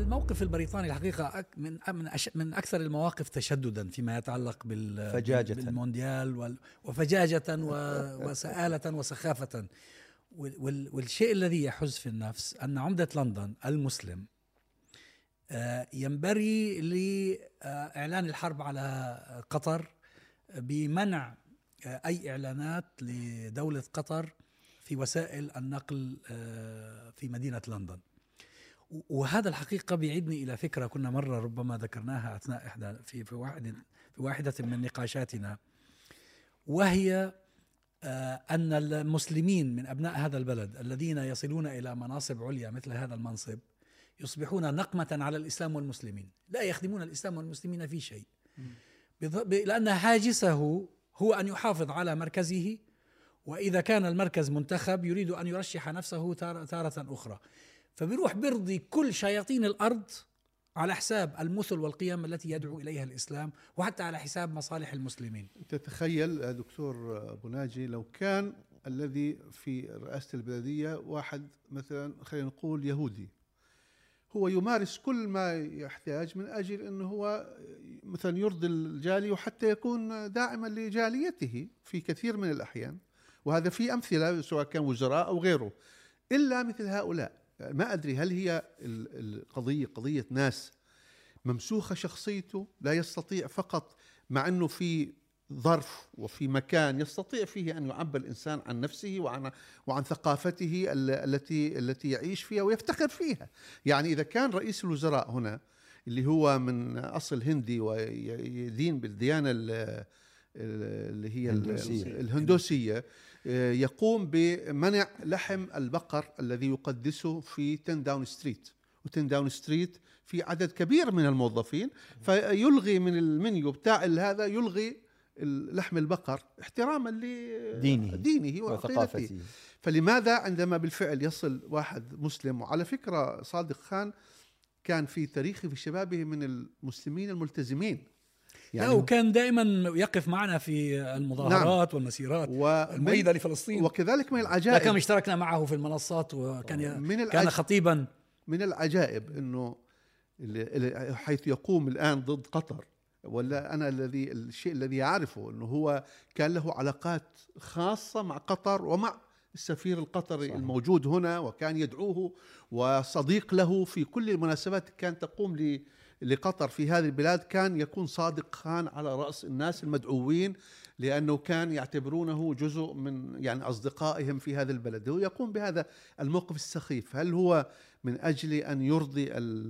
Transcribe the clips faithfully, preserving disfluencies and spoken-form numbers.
الموقف البريطاني الحقيقة من من من أكثر المواقف تشددا فيما يتعلق بالمونديال وفجاجة وسآلة وسخافة. والشيء الذي يحز في النفس أن عمدة لندن المسلم ينبري لإعلان الحرب على قطر بمنع أي إعلانات لدولة قطر في وسائل النقل في مدينة لندن. وهذا الحقيقة بيعيدني إلى فكرة كنا مرة ربما ذكرناها أثناء إحدى في في واحد في واحدة من نقاشاتنا، وهي أن المسلمين من أبناء هذا البلد الذين يصلون إلى مناصب عليا مثل هذا المنصب يصبحون نقمة على الإسلام والمسلمين، لا يخدمون الإسلام والمسلمين في شيء، لأن هاجسه هو أن يحافظ على مركزه، وإذا كان المركز منتخب يريد أن يرشح نفسه تارة أخرى، فبيروح برضي كل شياطين الأرض على حساب المثل والقيم التي يدعو إليها الإسلام، وحتى على حساب مصالح المسلمين. تتخيل دكتور أبو ناجي لو كان الذي في رئاسة البلدية واحد مثلا خلينا نقول يهودي، هو يمارس كل ما يحتاج من أجل أنه هو مثلا يرضي الجالي وحتى يكون داعما لجاليته في كثير من الأحيان، وهذا في أمثلة سواء كان وزراء أو غيره، إلا مثل هؤلاء. ما أدري هل هي القضية قضية ناس ممسوخة شخصيته، لا يستطيع فقط مع أنه في ظرف وفي مكان يستطيع فيه أن يعبر الإنسان عن نفسه وعن وعن ثقافته التي التي يعيش فيها ويفتخر فيها. يعني إذا كان رئيس الوزراء هنا اللي هو من أصل هندي ويدين بالديانة اللي هي الهندوسية, الهندوسية يقوم بمنع لحم البقر الذي يقدسه في تن داون ستريت، وتن داون ستريت في عدد كبير من الموظفين، فيلغي من المنيو بتاع هذا يلغي لحم البقر احتراما لدينه دينه وثقافته. فلماذا عندما بالفعل يصل واحد مسلم، وعلى فكرة صادق خان كان في تاريخه في شبابه من المسلمين الملتزمين، يعني وكان دائما يقف معنا في المظاهرات نعم. والمسيرات المؤيدة لفلسطين، وكذلك من العجائب كم اشتركنا معه في المنصات، وكان من كان خطيبا. من العجائب أنه حيث يقوم الآن ضد قطر، ولا أنا الذي الشيء الذي أعرفه أنه هو كان له علاقات خاصة مع قطر ومع السفير القطري صحيح. الموجود هنا، وكان يدعوه وصديق له في كل المناسبات كانت تقوم لي لقطر في هذه البلاد. كان يكون صادق خان على رأس الناس المدعوين، لأنه كان يعتبرونه جزء من يعني أصدقائهم في هذا البلد. هو يقوم بهذا الموقف السخيف، هل هو من أجل أن يرضي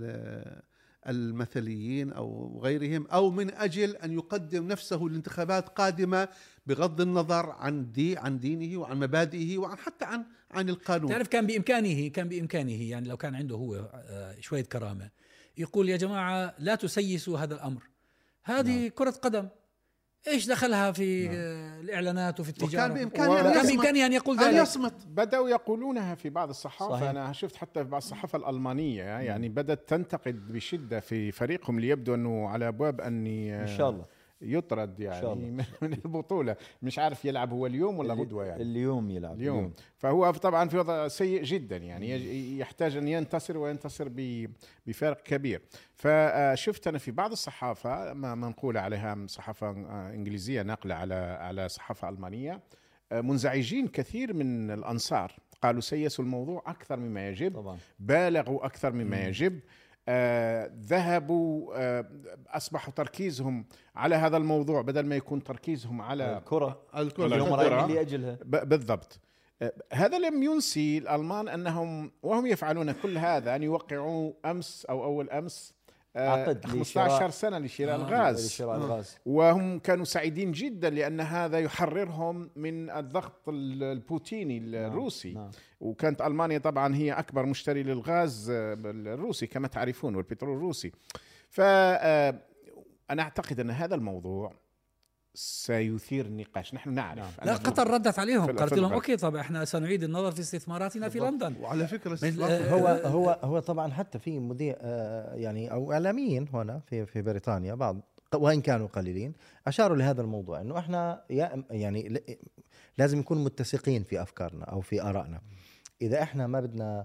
المثليين أو غيرهم، أو من أجل أن يقدم نفسه لانتخابات قادمة بغض النظر عن دي عن دينه وعن مبادئه وعن حتى عن عن القانون؟ تعرف كان بإمكانه كان بإمكانه يعني لو كان عنده هو شوية كرامة يقول يا جماعة لا تسيسوا هذا الأمر، هذه نعم. كرة قدم، إيش دخلها في نعم. الإعلانات وفي التجارة؟ وكان بإمكانه و... بإمكانه أن يقول ذلك. يصمت. بدأوا يقولونها في بعض الصحافة صحيح. أنا شفت حتى في بعض الصحافة الألمانية يعني بدأت تنتقد بشدة في فريقهم، ليبدو أنه على أبواب أني إن شاء الله يطرد يعني من البطولة، مش عارف يلعب هو اليوم ولا غدوة يعني اليوم يلعب اليوم. اليوم فهو طبعا في وضع سيء جدا يعني يحتاج أن ينتصر وينتصر بفارق كبير. فشفت أنا في بعض الصحافة ما منقول عليها صحافة إنجليزية ناقلة على على صحافة ألمانية منزعجين كثير من الأنصار، قالوا سيسوا الموضوع أكثر مما يجب طبعا. بالغوا أكثر مما مم. يجب آه، ذهبوا آه، أصبحوا تركيزهم على هذا الموضوع بدل ما يكون تركيزهم على الكرة الكرة لأجلها بالضبط. آه، هذا لم ينسي الألمان أنهم وهم يفعلون كل هذا أن يوقعوا أمس أو أول أمس عقد خمسة عشر سنة لشراء الغاز، الغاز وهم كانوا سعيدين جدا لأن هذا يحررهم من الضغط البوتيني الروسي. نعم. وكانت ألمانيا طبعا هي أكبر مشتري للغاز الروسي كما تعرفون والبترول الروسي. فأنا أعتقد أن هذا الموضوع سيثير النقاش. نحن نعرف لا قطر ردت عليهم قالت لهم أوكي طب إحنا سنعيد النظر في استثماراتنا في لندن. وعلى فكرة هو هو هو طبعا حتى في مذيع يعني أو إعلاميين هنا في في بريطانيا بعض وإن كانوا قليلين أشاروا لهذا الموضوع إنه إحنا يعني لازم نكون متسقين في أفكارنا أو في آرائنا. إذا إحنا ما بدنا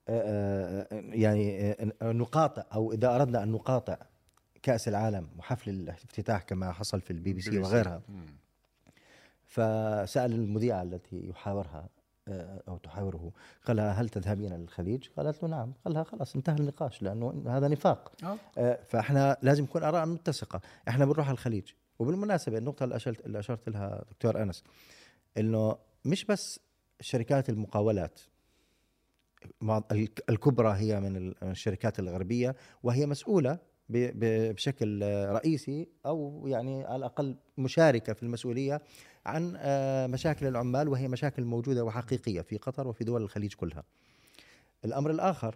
يعني نقاطع، أو إذا أردنا أن نقاطع كأس العالم وحفل الافتتاح كما حصل في البي بي سي وغيرها، فسأل المذيعة التي يحاورها أو تحاوره، قال هل تذهبين للخليج؟ قالت له نعم. قال لها خلاص انتهى النقاش، لأنه هذا نفاق. أه. فإحنا لازم نكون آراء متسقة. إحنا بنروح على الخليج. وبالمناسبة النقطة اللي أشرت, اللي أشرت لها دكتور أنس، إنه مش بس شركات المقاولات الكبرى هي من الشركات الغربية، وهي مسؤولة بشكل رئيسي أو يعني على الأقل مشاركة في المسؤولية عن مشاكل العمال، وهي مشاكل موجودة وحقيقية في قطر وفي دول الخليج كلها. الأمر الآخر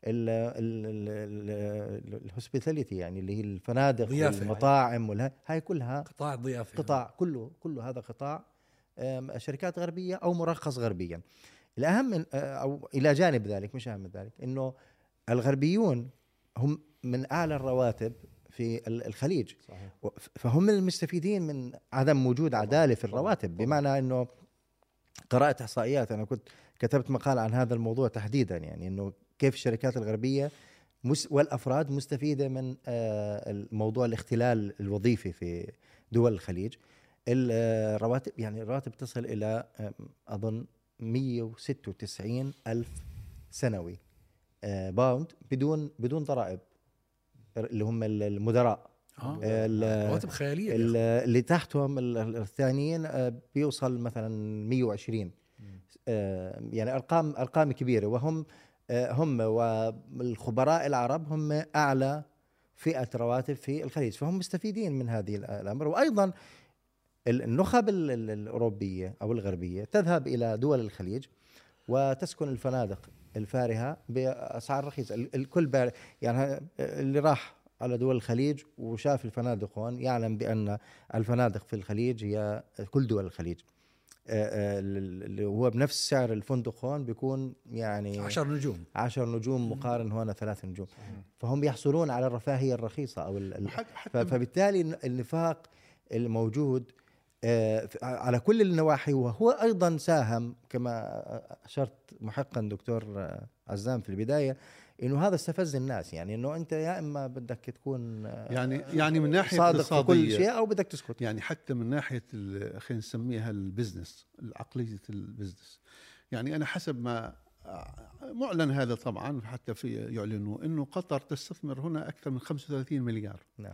الهوسبيتاليتي، يعني اللي هي الفنادق والمطاعم والها، هاي كلها قطاع ضيافة، قطاع كله كله هذا قطاع شركات غربية أو مرخص غربيا. الأهم من أو إلى جانب ذلك، مش أهم من ذلك، إنه الغربيون هم من أعلى الرواتب في الخليج. صحيح. فهم المستفيدين من عدم وجود عدالة في الرواتب. بمعنى أنه قرأت إحصائيات، أنا كنت كتبت مقال عن هذا الموضوع تحديدا، يعني أنه كيف الشركات الغربية والأفراد مستفيدة من الموضوع الاختلال الوظيفي في دول الخليج. الرواتب يعني الراتب تصل إلى أظن مئة وستة وتسعين ألف سنوي باوند بدون بدون ضرائب، اللي هم المدراء. رواتب خيالية. اللي تحتهم الثانيين بيوصل مثلا مئة وعشرين، يعني أرقام أرقام كبيرة. وهم هم والخبراء العرب هم أعلى فئة رواتب في الخليج، فهم مستفيدين من هذه الأمر. وأيضا النخب الأوروبية أو الغربية تذهب إلى دول الخليج وتسكن الفنادق الفارهة بأسعار رخيصة. الكل يعني اللي راح على دول الخليج وشاف الفنادق هون يعلم بأن الفنادق في الخليج هي كل دول الخليج اللي هو بنفس سعر الفندق هون بيكون يعني عشر نجوم عشر نجوم مقارن هون ثلاث نجوم. فهم يحصلون على الرفاهية الرخيصة أو فبالتالي النفاق الموجود على كل النواحي. وهو أيضا ساهم كما أشرت محقا دكتور عزام في البداية، إنه هذا استفز الناس، يعني إنه أنت يا إما بدك تكون يعني يعني من ناحية صادق في كل شيء أو بدك تسكت. يعني حتى من ناحية خلينا نسميها البزنس، العقلية البزنس. يعني أنا حسب ما معلن هذا طبعا، حتى في يعلنوا إنه قطر تستثمر هنا أكثر من خمسة وثلاثين مليار. نعم.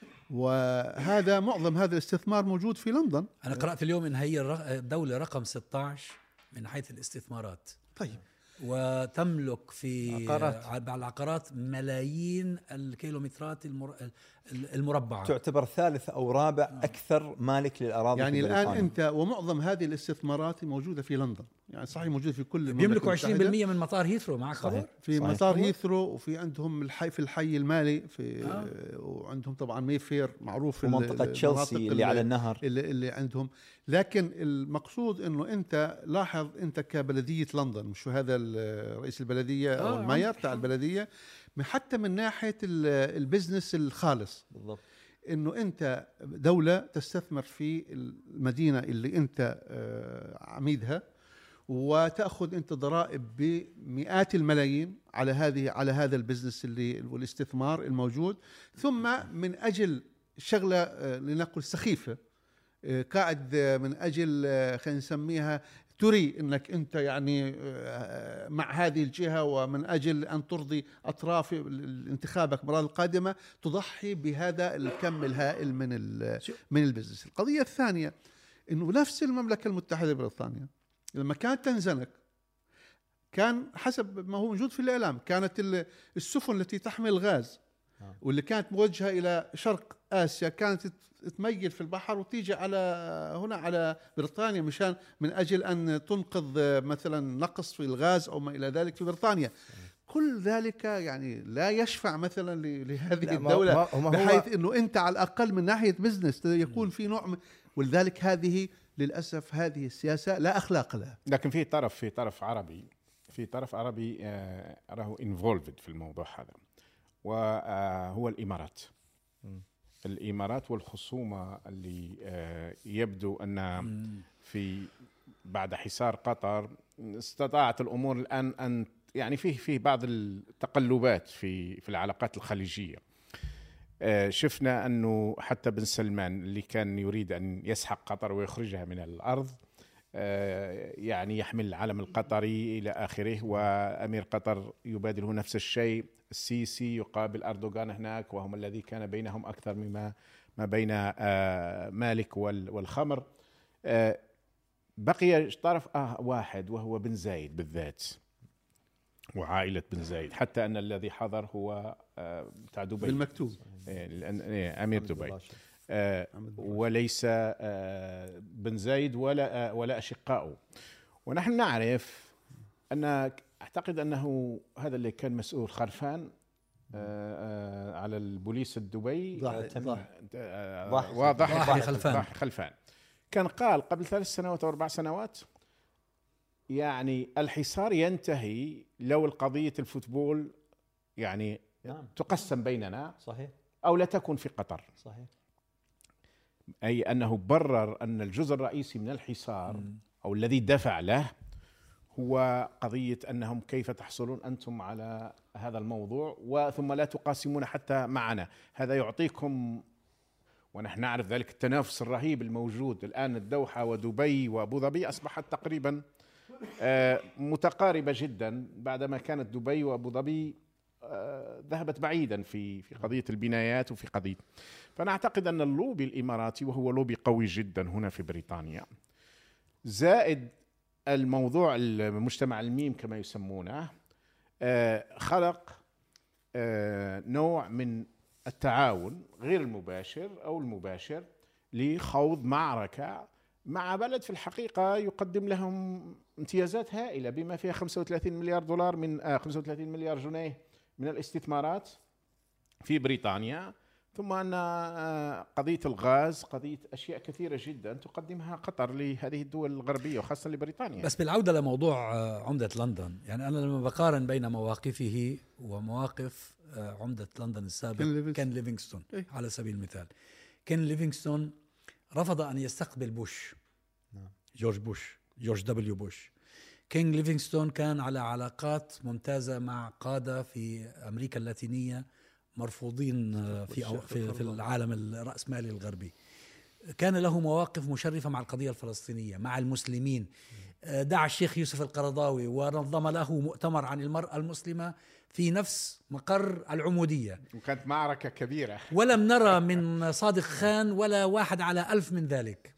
وهذا معظم هذا الاستثمار موجود في لندن. أنا قرأت اليوم إن هي الدولة رقم ستة عشر من حيث الاستثمارات. طيب. وتملك في عقارات. على العقارات ملايين الكيلومترات المربعة، تعتبر ثالث أو رابع آه. أكثر مالك للأراضي. يعني الآن أنت ومعظم هذه الاستثمارات موجودة في لندن، يعني صحيح موجودة في كل بيملكوا عشرين بالمئة من مطار هيثرو مع خبر في صحيح. مطار هيثرو، وفي عندهم الحي في الحي المالي في آه. وعندهم طبعا ميفير معروف، ومنطقة تشيلسي اللي, اللي على النهر اللي, اللي عندهم. لكن المقصود إنه أنت لاحظ أنت كبلدية لندن، مش هذا رئيس البلدية أو آه. الماير تاع البلدية، حتى من ناحية البزنس الخالص بالضبط، إنه أنت دولة تستثمر في المدينة اللي أنت عميدها، وتأخذ أنت ضرائب بمئات الملايين على هذه على هذا البزنس اللي والاستثمار الموجود. ثم من أجل شغلة لنقل سخيفة، قاعد من أجل خلينا نسميها تري انك انت يعني مع هذه الجهه، ومن اجل ان ترضي اطراف انتخابك المرات القادمه تضحي بهذا الكم الهائل من من البزنس. القضيه الثانيه انه نفس المملكه المتحده البريطانيه لما كانت تنزنق، كان حسب ما هو موجود في الاعلام كانت السفن التي تحمل الغاز واللي كانت موجهه الى شرق اسيا كانت تميل في البحر وتيجي على هنا على بريطانيا مشان من أجل أن تنقذ مثلا نقص في الغاز أو ما إلى ذلك في بريطانيا. كل ذلك يعني لا يشفع مثلا لهذه الدولة، بحيث أنه أنت على الأقل من ناحية بزنس يكون في نوع من، ولذلك هذه للأسف هذه السياسة لا أخلاق لها. لكن في طرف في طرف عربي في طرف عربي آه راهو involved في الموضوع هذا، وهو الإمارات. الإمارات والخصومة اللي يبدو أن في بعد حصار قطر استطاعت الأمور الآن أن يعني فيه فيه بعض التقلبات في في العلاقات الخليجية. شفنا أنه حتى بن سلمان اللي كان يريد أن يسحق قطر ويخرجها من الأرض يعني يحمل العلم القطري إلى آخره، وأمير قطر يبادله نفس الشيء. السيسي يقابل أردوغان هناك، وهم الذي كان بينهم أكثر مما ما بين مالك والخمر. بقي طرف آه واحد وهو بن زايد بالذات وعائلة بن زايد، حتى أن الذي حضر هو بتاع دبي بالمكتوب أمير دبي، وليس بن زايد ولا ولا أشقائه. ونحن نعرف أن أعتقد أنه هذا اللي كان مسؤول خرفان على البوليس الدبي، ضاحي خلفان خلفان كان قال قبل ثلاث سنوات أو أربع سنوات يعني الحصار ينتهي لو القضية الفوتبول يعني نعم. تقسم بيننا صحيح أو لا تكن في قطر صحيح. أي أنه برر أن الجزء الرئيسي من الحصار أو الذي دفع له هو قضية أنهم كيف تحصلون أنتم على هذا الموضوع وثم لا تقاسمون حتى معنا. هذا يعطيكم، ونحن نعرف ذلك التنافس الرهيب الموجود الآن. الدوحة ودبي وأبو ظبي أصبحت تقريبا متقاربة جدا بعدما كانت دبي وأبو ظبي ذهبت بعيدا في في قضية البنايات وفي قضية. فأنا أعتقد أن اللوبي الإماراتي وهو لوبي قوي جدا هنا في بريطانيا، زائد الموضوع المجتمع الميم كما يسمونه، خلق نوع من التعاون غير المباشر أو المباشر لخوض معركة مع بلد في الحقيقة يقدم لهم امتيازات هائلة بما فيها خمسة وثلاثين مليار دولار من آه خمسة وثلاثين مليار جنيه من الاستثمارات في بريطانيا، ثم أن قضية الغاز، قضية أشياء كثيرة جدا تقدمها قطر لهذه الدول الغربية وخاصة لبريطانيا. بس بالعودة لموضوع عمدة لندن، يعني أنا لما بقارن بين مواقفه ومواقف عمدة لندن السابق كين ليفينغستون على سبيل المثال، كين ليفينغستون رفض أن يستقبل بوش جورج بوش جورج دبليو بوش. كين ليفينغستون كان على علاقات ممتازة مع قادة في أمريكا اللاتينية مرفوضين في في في العالم الرأسمالي الغربي. كان له مواقف مشرفة مع القضية الفلسطينية مع المسلمين. دعا الشيخ يوسف القرضاوي ونظم له مؤتمر عن المرأة المسلمة في نفس مقر العمودية، وكانت معركة كبيرة ولم نرى من صادق خان ولا واحد على ألف من ذلك.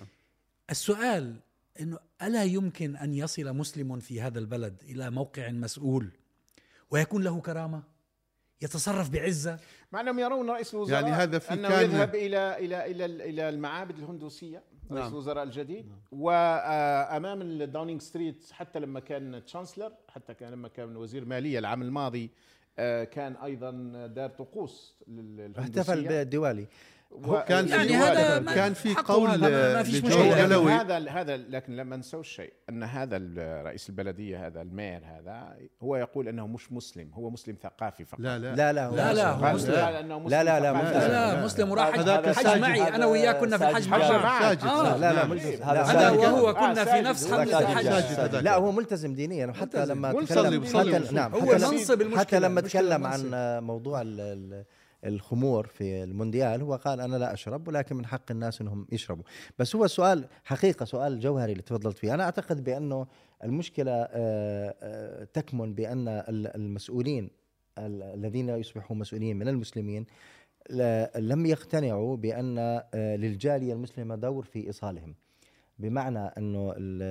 السؤال إنه ألا يمكن أن يصل مسلم في هذا البلد إلى موقع مسؤول ويكون له كرامة، يتصرف بعزة، مع أنهم يرون رئيس الوزراء يعني هذا في أنه كان يذهب إلى إلى إلى إلى المعابد الهندوسية رئيس نعم. الوزراء الجديد نعم. وأمام الداونينغ ستريت حتى لما كان تشانسلر، حتى كان لما كان وزير مالية العام الماضي كان أيضا دار طقوس للهندوسية، احتفل بالديوالي. كان يعني هذا كان في قول لجوجلوي هذا هذا لكن لما نسوا الشيء أن هذا رئيس البلدية هذا المير هذا هو يقول أنه مش مسلم، هو مسلم ثقافي فقط. لا لا لا لا لا لا مسلم. لا لا لا لا, لا مسلم وراح حج معي أنا وياه كنا في الحج معك. آه لا لا أنا وهو كنا في نفس حملة الحج. لا هو ملتزم دينيا، حتى لما تكلم نعم هو منصب المشكلة. حتى لما تكلم عن موضوع الخمور في المونديال هو قال أنا لا أشرب ولكن من حق الناس أنهم يشربوا. بس هو السؤال حقيقة سؤال جوهري اللي تفضلت فيه. أنا أعتقد بأنه المشكلة تكمن بأن المسؤولين الذين يصبحوا مسؤولين من المسلمين لم يقتنعوا بأن للجالية المسلمة دور في إيصالهم، بمعنى أنه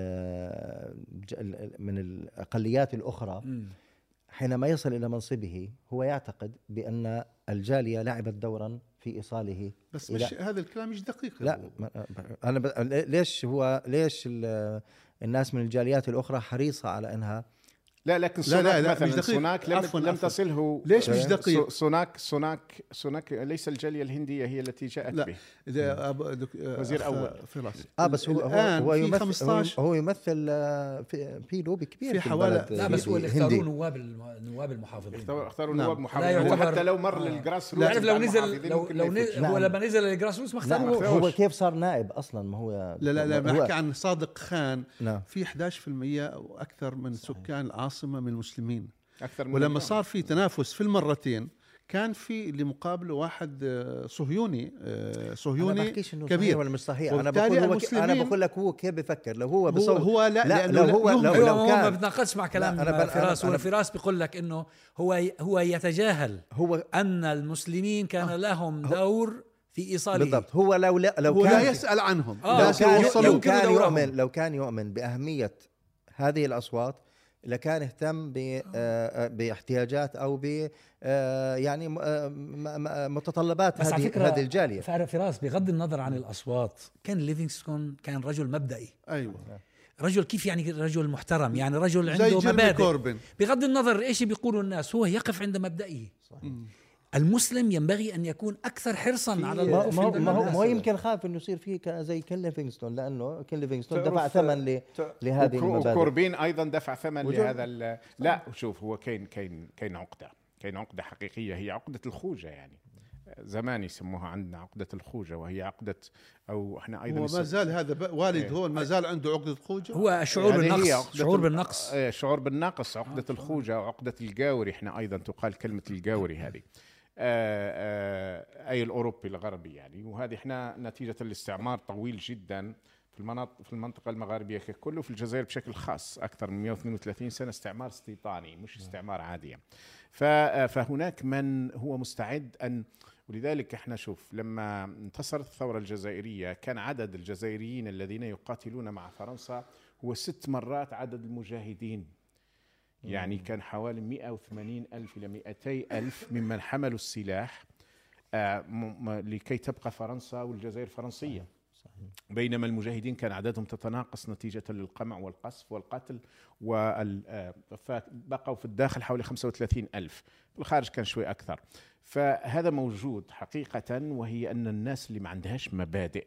من الأقليات الأخرى حينما يصل إلى منصبه هو يعتقد بأن الجالية لعبت دورا في إيصاله. بس مش هذا الكلام مش دقيق. لا أنا ب... ليش هو ليش الناس من الجاليات الأخرى حريصة على أنها لا لكن سوناك لا لا مثلا سوناك لم, عفواً لم عفواً. تصله. ليش مش دقيق؟ سوناك سوناك سوناك ليس الجالية الهندية هي التي جاءت لا. به دك... وزير أول فراس. اه بس هو هو يمثل هو يمثل في في لوبي كبير في حوالي. لا بس هو اللي اختاروا نواب النواب المحافظين، اختاروا نواب محافظين حتى لو مر للجراس روت. تعرف لو نزل لو لو نزل هو لما نزل للجراس روت ما اختاروه. هو كيف صار نائب اصلا؟ ما هو لا لا لا بحكي عن صادق خان. في إحدى عشر بالمئة او اكثر من سكان العاصمة العاصمة من المسلمين. أكثر من ولما مليون. صار في تنافس في المرتين كان في اللي مقابله واحد صهيوني صهيوني أنا بحكيش إنه كبير صحيح ولا مش صحيح. أنا وبالتالي بقول هو ك... المسلمين- أنا بقول لك هو كيف بفكر. لو هو هو, بصور هو لا, لا لأنه لو لا هو يهمل. لو, أيوة، لو هو كان ما بتناقضش مع كلام لا، أنا بن- فراس. أنا- ولا أنا- فراس بيقول لك انه هو هو يتجاهل هو ان المسلمين كان لهم دور في ايصاله. بالضبط. هو لو لا لو هو كان لا يسأل عنهم آه، لا لو كان, سيوصلوا لو يمكن كان دورهم. يؤمن لو كان يؤمن بأهمية هذه الأصوات لكان اهتم ب- آه، باحتياجات أو ب آه، يعني م- آه، م- م- متطلبات بس على هذه فكرة هذه الجالية. فار- فراس بغض النظر عن الاصوات كان ليفينغستون كان رجل مبدئي، أيوة رجل كيف يعني رجل محترم، يعني رجل زي عنده جيرمي مبادئ كوربن. بغض النظر ايش بيقولوا الناس، هو يقف عند مبدئه. المسلم ينبغي ان يكون اكثر حرصا على ما الوقوف ما عند هو ما هو, المبدأ. ما هو يمكن خاف انه يصير فيه ك- زي كين ليفينغستون، لانه كين ليفينغستون تعرف- دفع ثمن ل- ت- لهذه وكو- المبادئ. وكوربين ايضا دفع ثمن وجو- لهذا ال- لا شوف هو كاين كاين كاين عقده كاين عقده حقيقيه، هي عقده الخوجه. يعني زمان يسموها عندنا عقده الخوجه، وهي عقده او احنا ايضا هو ما زال هذا ب- والد إيه. هو ما زال عنده عقدة خوجة. هو شعور هذه هي بالنقص، عقدة شعور ال- بالنقص. إيه، شعور بالنقص، عقدة الخوجة وعقدة الجاوري. احنا أيضا تقال كلمة الجاوري هذه آه، آه، أي الأوروبي الغربي يعني. وهذه احنا نتيجة الاستعمار طويل جدا في المناطق في المنطقة المغاربية ككل، وفي الجزائر بشكل خاص أكثر من مئة واثنين وثلاثين سنة استعمار استيطاني مش استعمار عادي. ف- فهناك من هو مستعد أن، ولذلك احنا شوف لما انتصرت الثورة الجزائرية كان عدد الجزائريين الذين يقاتلون مع فرنسا هو ست مرات عدد المجاهدين. يعني كان حوالي مئة وثمانين ألف إلى مئتي ألف ممن حملوا السلاح آه، م- م- لكي تبقى فرنسا والجزائر فرنسية. بينما المجاهدين كان عددهم تتناقص نتيجة للقمع والقصف والقتل وال- آه، فبقوا في الداخل حوالي خمسة وثلاثين ألف، في الخارج كان شوي أكثر. فهذا موجود حقيقة، وهي أن الناس اللي ما عندهاش مبادئ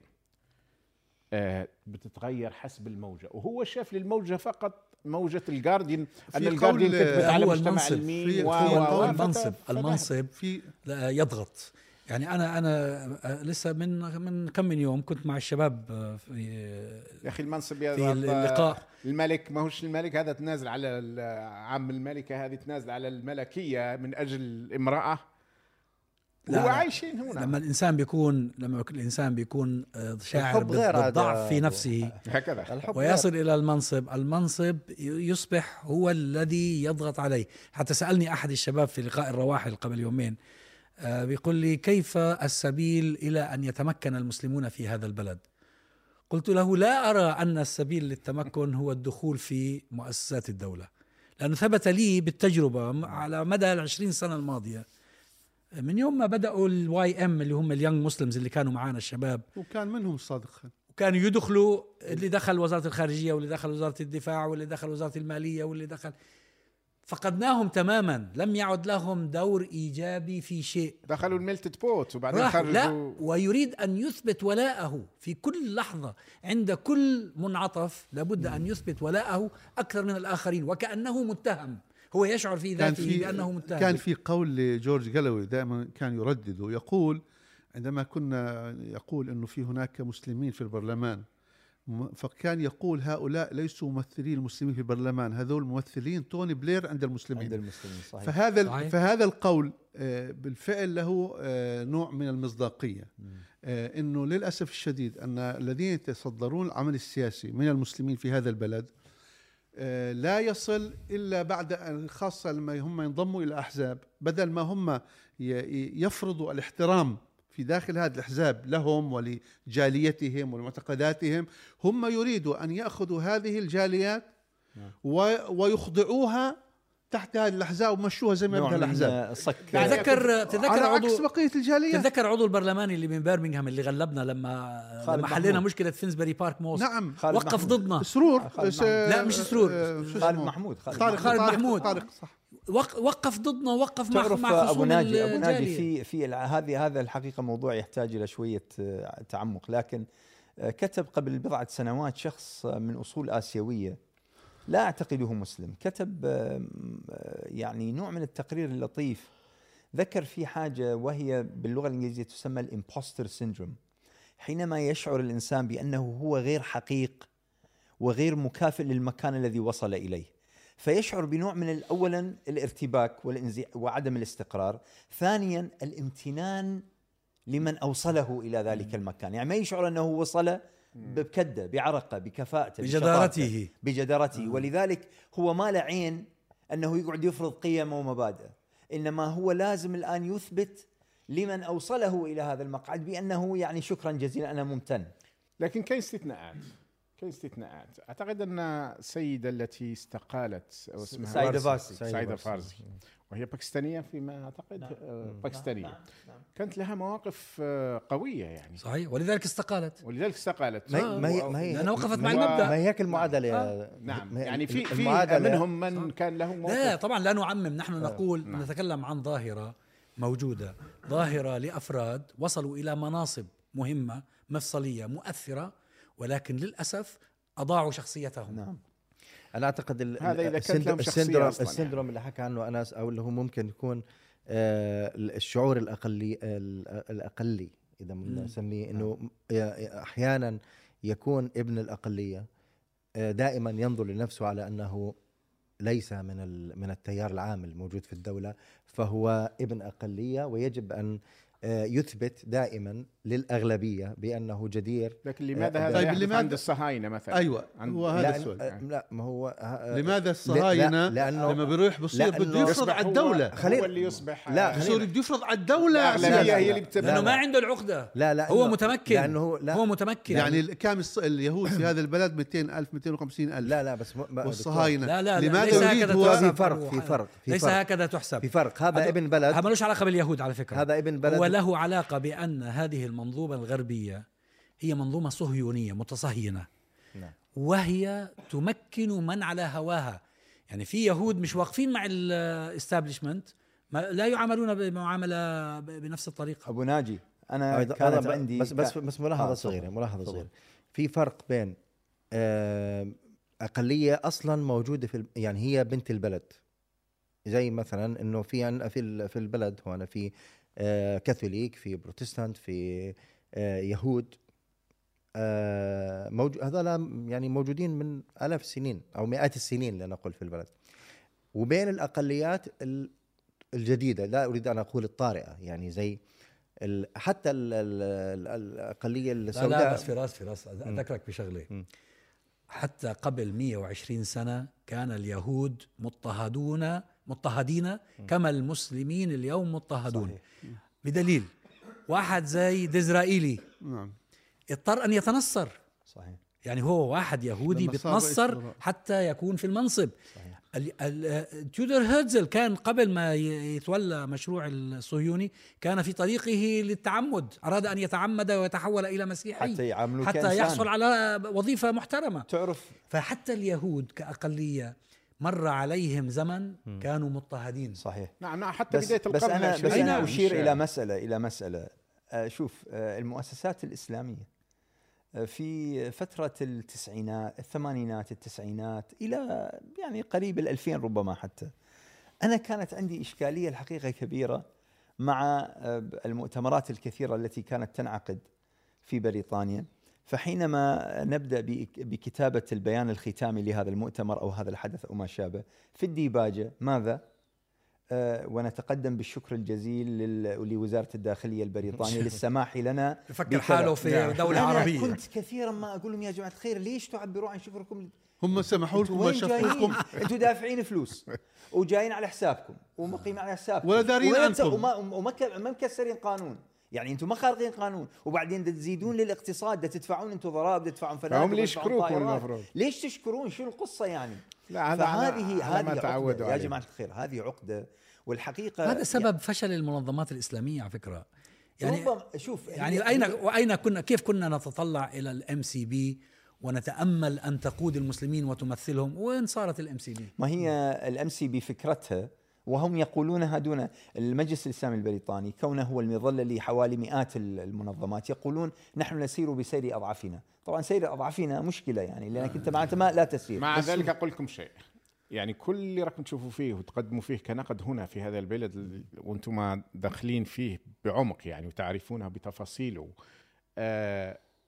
آه، بتتغير حسب الموجة. وهو شاف للموجة فقط موجة الجارديان، أن في الجارديان قول- كتبت على هو مجتمع المنصب. المين في- و- في و- قول و- المنصب فت- المنصب في لا يضغط. يعني انا انا لسه من من كم من يوم كنت مع الشباب في يا أخي المنصب في يضغط. اللقاء. الملك ما هوش الملك هذا تنازل على ال- عام الملكة هذه تنازل على الملكية من أجل امرأة. لا هو لا. عايشين هنا لما الانسان بيكون لما الانسان بيكون آه، شاعر الحب غير عاد بالضعف في يا نفسه هكذا. الحب ويصل إلى المنصب، المنصب يصبح هو الذي يضغط عليه. حتى سألني أحد الشباب في لقاء الرواحل قبل يومين، آه، بيقول لي كيف السبيل إلى أن يتمكن المسلمون في هذا البلد؟ قلت له لا أرى أن السبيل للتمكن هو الدخول في مؤسسات الدولة، لأنه ثبت لي بالتجربة على مدى العشرين سنة الماضية من يوم ما بدأوا الواي ام اللي هم اليونج مسلمز اللي كانوا معانا الشباب، وكان منهم الصادق خان. وكانوا يدخلوا اللي دخل وزارة الخارجية واللي دخل وزارة الدفاع واللي دخل وزارة المالية واللي دخل، فقدناهم تماما، لم يعد لهم دور إيجابي في شيء. دخلوا الميلتد بوت وبعدين راح لا، خرجوا. ويريد أن يثبت ولاءه في كل لحظة، عند كل منعطف لابد أن يثبت ولاءه أكثر من الآخرين، وكأنه متهم، هو يشعر في كان ذاته في بأنه متهم. كان في قول لجورج جالوي دائما كان يردده، يقول عندما كنا يقول انه في هناك مسلمين في البرلمان، م- فكان يقول هؤلاء ليسوا ممثلين المسلمين في البرلمان، هذول ممثلين توني بلير عند المسلمين. عند المسلمين صحيح. فهذا صحيح. فهذا القول آه، بالفعل له آه، نوع من المصداقية، آه، انه للاسف الشديد ان الذين يتصدرون العمل السياسي من المسلمين في هذا البلد آه، لا يصل الا بعد أن- خاصه لما هم ينضموا الى احزاب، بدل ما هم ي- ي- يفرضوا الاحترام في داخل هذه الاحزاب لهم ولجاليتهم ولمعتقداتهم، هم يريدوا ان ياخذوا هذه الجاليات و- ويخضعوها تحت هذه الاحزاب ومشوها زي ما نوع بدها من الاحزاب. الصك. تذكر تذكر على عكس عضو بقيه الجاليات. تذكر عضو البرلماني اللي من برمنغهام اللي غلبنا لما خالد لما حلينا محمود. مشكلة فينسبري بارك موست، نعم خالد وقف محمود. ضدنا. سرور خالد س- محمود. لا، مش سرور. آه، شو خالد اسمه؟ محمود خالد, طارق خالد طارق- محمود. طارق صح. وق- وقف ضدنا، وقف مع تعرف مع ابو خصوم ناجي ابو ناجي الجالية. في في الع- هذه هذا الحقيقه موضوع يحتاج الى شويه آه، تعمق، لكن آه، كتب قبل بضعه سنوات شخص آه، من اصول اسيويه لا اعتقده مسلم، كتب آه، آه، يعني نوع من التقرير اللطيف، ذكر في حاجه وهي باللغه الانجليزيه تسمى الامبوستر سيندروم، حينما يشعر الانسان بانه هو غير حقيق وغير مكافئ للمكان الذي وصل اليه، فيشعر بنوع من أولا الارتباك والانزع وعدم الاستقرار، ثانيا الامتنان لمن أوصله إلى ذلك المكان، يعني ما يشعر أنه وصل بكده بعرقه بكفاءته بجدارته بجدارته ولذلك هو ما له عين أنه يقعد يفرض قيم ومبادئ، إنما هو لازم الآن يثبت لمن أوصله إلى هذا المقعد بأنه يعني شكرا جزيلا أنا ممتن. لكن كاين استثناءات، كاين استثناءات. أعتقد أن السيدة التي استقالت اسمها سعيدة فارسي سعيدة فارسي وهي باكستانية فيما أعتقد. نعم. باكستانية. نعم. نعم. كانت لها مواقف قوية يعني. صحيح، ولذلك استقالت ولذلك استقالت ما, ما هي ما هي لأنها وقفت مع المبدأ. ما هي هيك المعادلة. آه. نعم يعني في في منهم من صح. كان له موقف. لا طبعا لا نعمم، نحن نقول نعم. نتكلم عن ظاهرة موجودة، ظاهرة لأفراد وصلوا إلى مناصب مهمة مفصلية مؤثرة، ولكن للأسف أضاعوا شخصيتهم. نعم. أنا أعتقد هذا إذا كانت لهم شخصية السندروم, أصلاً السندروم يعني. اللي حكى عنه أنس أو اللي هو ممكن يكون آه الشعور الأقلي الأقلي إذا نسميه إنه أحيانا يكون ابن الأقلية آه دائما ينظر لنفسه على أنه ليس من من التيار العام الموجود في الدولة، فهو ابن أقلية ويجب أن يثبت دائما للأغلبية بأنه جدير. لكن لماذا هذا طيب يحدث عند الصهاينة مثلا؟ أيوة هو هذا السؤال. لا ما هو لماذا الصهاينة لما بيروح بصير بده يفرض على الدولة، هو اللي يصبح لا بصير بده يفرض على الدولة، الأغلبية هي اللي بتبنى، لأنه ما عنده العقدة. لا لا هو متمكن، لأنه لا هو متمكن يعني كم اليهود في هذا البلد مئتين ألف مئتين وخمسين ألف. لا لا بس والصهاينة لا لا لماذا يريد هو في فرق في فرق ليس هكذا تحسب في فرق. هذا ابن بلد، هذا ملوش علاقة باليهود على فكرة، هذا ابن بلد هو له علاقة بأن هذه المنظومة الغربية هي منظومة صهيونية متصهينة. نعم. وهي تمكن من على هواها، يعني في يهود مش واقفين مع الاستابليشمنت، لا يعاملون بمعاملة بنفس الطريقة. أبو ناجي أنا كانت عندي بس بس بس ملاحظة صغيرة ملاحظة صغيرة في فرق بين أقلية أصلا موجودة في يعني هي بنت البلد، زي مثلا إنه في في في البلد هنا في آه كاثوليك، في بروتستانت، في آه يهود، آه موجود هذول يعني موجودين من آلاف السنين أو مئات السنين لنقول في البلد. وبين الأقليات الجديدة، لا أريد أن أقول الطارئة، يعني زي ال حتى ال ال الأقلية السوداء. لا, لا بس فراس فراس أذكرك بشغلة م. حتى قبل مئة وعشرين سنة كان اليهود مضطهدون مضطهدين كما المسلمين اليوم مضطهدون. صحيح. بدليل واحد زي ديزرائيلي نعم. اضطر أن يتنصر. صحيح. يعني هو واحد يهودي بيتنصر حتى يكون في المنصب. صحيح. تيودور هيرتزل كان قبل ما يتولى مشروع الصهيوني كان في طريقه للتعمد، أراد أن يتعمد ويتحول إلى مسيحي حتى, حتى يحصل على وظيفة محترمة. تعرف فحتى اليهود كأقلية مر عليهم زمن كانوا مضطهدين. صحيح. نعم حتى بداية القرن. بس أنا, بس أنا أشير إلى مسألة إلى مسألة شوف المؤسسات الإسلامية في فترة التسعينات الثمانينات التسعينات إلى يعني قريب الألفين ربما، حتى أنا كانت عندي إشكالية الحقيقة كبيرة مع المؤتمرات الكثيرة التي كانت تنعقد في بريطانيا. فحينما نبدأ بكتابة البيان الختامي لهذا المؤتمر أو هذا الحدث أو ما شابه في الديباجة ماذا؟ أه ونتقدم بالشكر الجزيل لوزارة الداخلية البريطانية للسماح لنا يفكر حاله في دولة عربية. كنت كثيرا ما أقول لهم يا جماعة الخير ليش تعبروا عن شكركم؟ هم سمحوا لكم وشافوكم، أنتوا دافعين فلوس وجايين على حسابكم ومقيم على حسابكم ولا دارين عنكم وما, وما مكسرين قانون، يعني انتم ما خارقين قانون، وبعدين تزيدون للاقتصاد، تدفعون انتم ضرائب، تدفعون فنادق، هم ليش يشكروكم المفروض؟ ليش تشكرون؟ شو القصة يعني؟ لا فهذه هذه تعودوا يا جماعة الخير، هذه عقدة. والحقيقة هذا سبب يعني فشل المنظمات الإسلامية على فكرة. يعني شوف يعني أين وأين كنا كيف كنا نتطلع إلى الام سي بي ونتأمل أن تقود المسلمين وتمثلهم، وين صارت الام سي بي؟ ما هي الام سي بي فكرتها وهم يقولونها دون المجلس الإسلامي البريطاني كونه هو المظلة لحوالي مئات المنظمات، يقولون نحن نسير بسير أضعافنا. طبعا سير أضعافنا مشكلة يعني لأنك أنت معناتها ما لا تسير. مع ذلك أقول لكم شيء، يعني كل اللي راكم تشوفوا فيه وتقدموا فيه كنقد هنا في هذا البلد وانتم داخلين فيه بعمق يعني وتعرفونه بتفاصيله، آه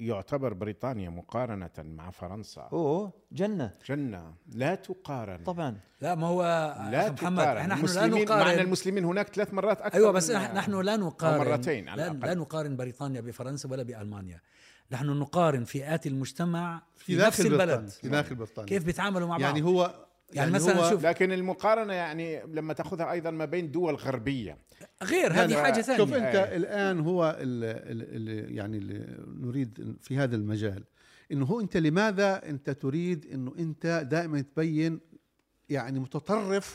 يعتبر بريطانيا مقارنة مع فرنسا اوه جنة جنة، لا تقارن طبعا. لا ما هو لا محمد تقارن. نحن لا المسلمين مع أن نقارن. المسلمين هناك ثلاث مرات أكثر. أيوة بس من نحن لا نقارن مرتين على لا, الأقل. لا نقارن بريطانيا بفرنسا ولا بألمانيا. نحن نقارن فئات المجتمع في, في نفس داخل البلد، في داخل بريطانيا كيف بيتعاملوا مع بعض. يعني هو يعني, يعني يعني مثلا هو شوف، لكن المقارنة يعني لما تأخذها أيضا ما بين دول غربية غير هذه لا، حاجة ثانية. شوف انت أي. الان هو اللي يعني اللي نريد في هذا المجال انه هو انت لماذا انت تريد انه انت دائما تبين يعني متطرف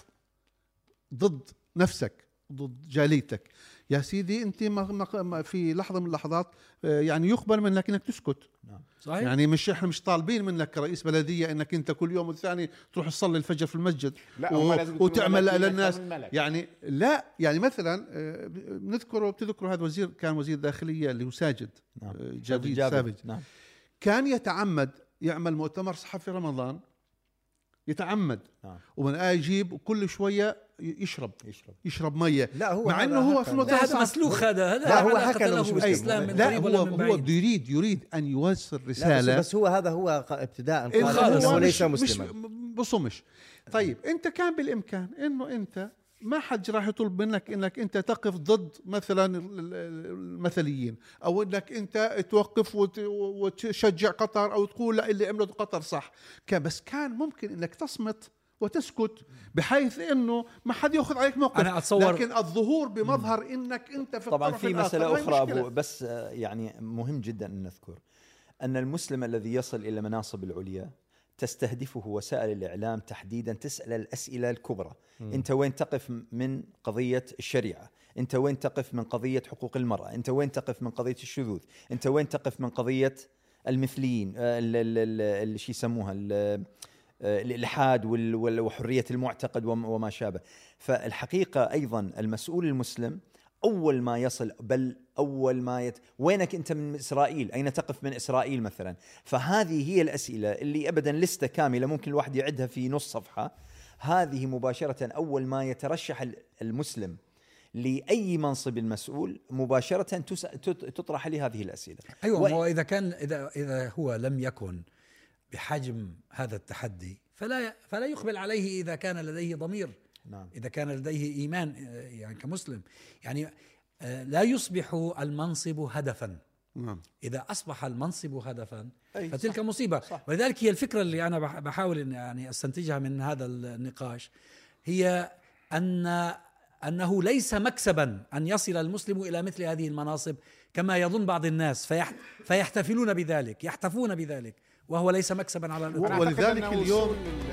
ضد نفسك ضد جاليتك. يا سيدي انت ما في لحظه من اللحظات يعني يقبل منك انك تسكت. صحيح. يعني مش احنا مش طالبين منك كرئيس بلديه انك انت كل يوم والثاني تروح تصلي الفجر في المسجد لا و... وتعمل للناس الملك. يعني لا يعني مثلا نذكر بتذكروا هذا وزير كان وزير داخليه اللي هو ساجد نعم. جافيد جابر. سافج. نعم. كان يتعمد يعمل مؤتمر صحفي في رمضان يتعمد نعم. ومن آه يجيب وكل شويه يشرب يشرب يشرب ميه. لا هو مع هذا انه هو هكذا. في لا المؤتمر هذا مسلوخ. هذا هذا لا، هو علاقة هكذا له مش بالإسلام مسلم. من لا قريب هو ولا من هو بعيد. يريد يريد ان يوصل لا بس, رساله. بس هو هذا هو ابتداء إنه قال انه هو ليس مش مسلما. مش بصمش. طيب انت كان بالامكان انه انت ما حد راح يطلب منك انك انت تقف ضد مثلا المثليين او انك انت توقف وتشجع قطر او تقول لا اللي عملته قطر صح. كان بس كان ممكن انك تصمت وتسكت بحيث انه ما حد ياخذ عليك موقف. أنا أتصور لكن الظهور بمظهر انك انت في طبعا الطرف في الآخر مسألة هاي أخرى مشكلة. أبو بس آه، يعني مهم جدا أن نذكر أن المسلم الذي يصل إلى مناصب العليا تستهدفه وسائل الإعلام تحديدا، تسأل الأسئلة الكبرى. م. أنت وين تقف من قضية الشريعة؟ أنت وين تقف من قضية حقوق المرأة؟ أنت وين تقف من قضية الشذوذ؟ أنت وين تقف من قضية المثليين اللي شو يسموها الإلحاد وحرية المعتقد وما شابه؟ فالحقيقة أيضا المسؤول المسلم أول ما يصل بل أول ما يت... وينك أنت من إسرائيل؟ أين تقف من إسرائيل مثلا؟ فهذه هي الأسئلة اللي أبدا لستة كاملة ممكن الواحد يعدها في نص صفحة. هذه مباشرة أول ما يترشح المسلم لأي منصب المسؤول مباشرة تس... تطرح لي هذه الأسئلة. أيوة. و... هو إذا كان إذا إذا هو لم يكن بحجم هذا التحدي فلا فلا يقبل عليه إذا كان لديه ضمير. نعم. إذا كان لديه إيمان يعني كمسلم، يعني لا يصبح المنصب هدفا. نعم. إذا أصبح المنصب هدفا فتلك صح. مصيبة. صح. ولذلك هي الفكرة اللي أنا بحاول إن يعني أستنتجها من هذا النقاش هي أن أنه ليس مكسبا أن يصل المسلم إلى مثل هذه المناصب كما يظن بعض الناس فيح فيحتفلون بذلك، يحتفون بذلك، وهو ليس مكسبا على الإطلاق. ولذلك اليوم